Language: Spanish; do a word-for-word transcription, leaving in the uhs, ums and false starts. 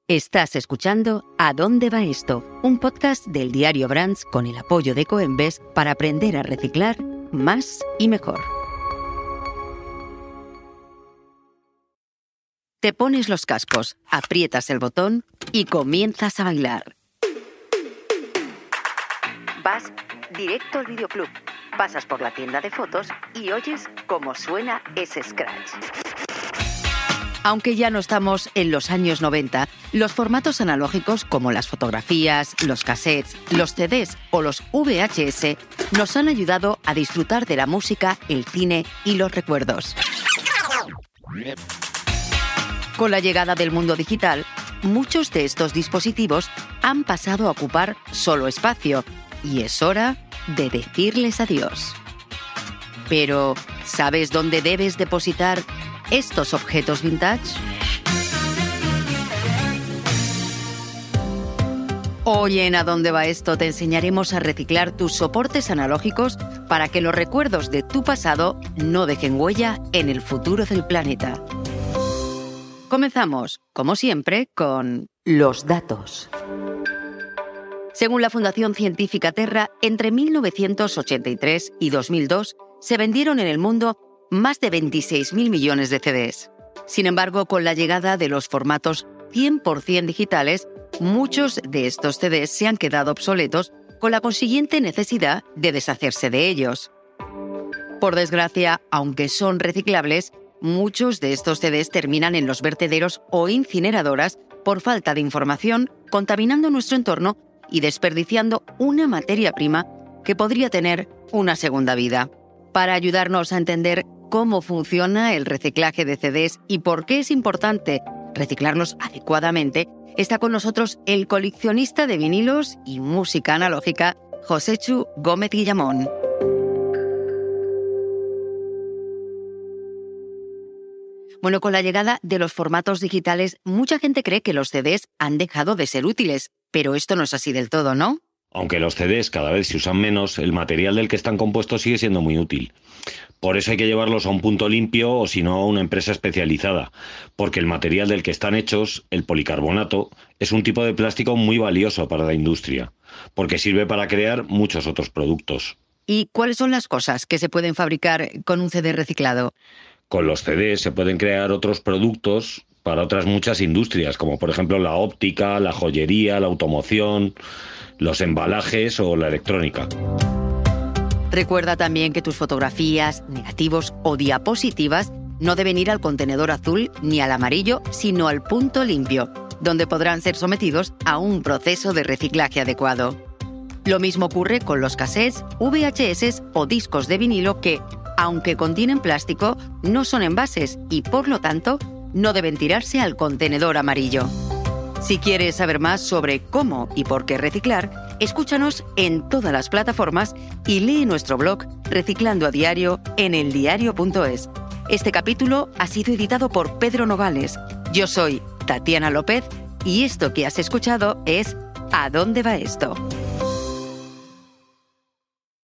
Estás escuchando ¿A dónde va esto? Un podcast del diario Brands con el apoyo de Coembes para aprender a reciclar más y mejor. Te pones los cascos, aprietas el botón y comienzas a bailar. Vas directo al videoclub, pasas por la tienda de fotos y oyes cómo suena ese scratch. Aunque ya no estamos en los años noventa, los formatos analógicos como las fotografías, los cassettes, los C Ds o los V H S nos han ayudado a disfrutar de la música, el cine y los recuerdos. Con la llegada del mundo digital, muchos de estos dispositivos han pasado a ocupar solo espacio y es hora de decirles adiós. Pero, ¿sabes dónde debes depositar estos objetos vintage? Hoy en ¿A dónde va esto? Te enseñaremos a reciclar tus soportes analógicos para que los recuerdos de tu pasado no dejen huella en el futuro del planeta. Comenzamos, como siempre, con los datos. Según la Fundación Científica Terra, entre mil novecientos ochenta y tres y dos mil dos se vendieron en el mundo más de veintiséis mil millones de C Ds. Sin embargo, con la llegada de los formatos cien por ciento digitales, muchos de estos C Ds se han quedado obsoletos con la consiguiente necesidad de deshacerse de ellos. Por desgracia, aunque son reciclables, muchos de estos C Ds terminan en los vertederos o incineradoras por falta de información, contaminando nuestro entorno y desperdiciando una materia prima que podría tener una segunda vida. Para ayudarnos a entender cómo funciona el reciclaje de C Ds y por qué es importante reciclarlos adecuadamente, está con nosotros el coleccionista de vinilos y música analógica, Josechu Gómez Guillamón. Bueno, con la llegada de los formatos digitales, mucha gente cree que los C Ds han dejado de ser útiles, pero esto no es así del todo, ¿no? Aunque los C Ds cada vez se usan menos, el material del que están compuestos sigue siendo muy útil. Por eso hay que llevarlos a un punto limpio o si no a una empresa especializada, porque el material del que están hechos, el policarbonato, es un tipo de plástico muy valioso para la industria, porque sirve para crear muchos otros productos. ¿Y cuáles son las cosas que se pueden fabricar con un C D reciclado? Con los C Ds se pueden crear otros productos para otras muchas industrias, como por ejemplo la óptica, la joyería, la automoción, los embalajes o la electrónica. Recuerda también que tus fotografías, negativos o diapositivas no deben ir al contenedor azul ni al amarillo, sino al punto limpio, donde podrán ser sometidos a un proceso de reciclaje adecuado. Lo mismo ocurre con los cassettes, V H S o discos de vinilo que, aunque contienen plástico, no son envases y, por lo tanto, no deben tirarse al contenedor amarillo. Si quieres saber más sobre cómo y por qué reciclar, escúchanos en todas las plataformas y lee nuestro blog Reciclando a Diario en eldiario punto es. Este capítulo ha sido editado por Pedro Nogales. Yo soy Tatiana López y esto que has escuchado es ¿A dónde va esto?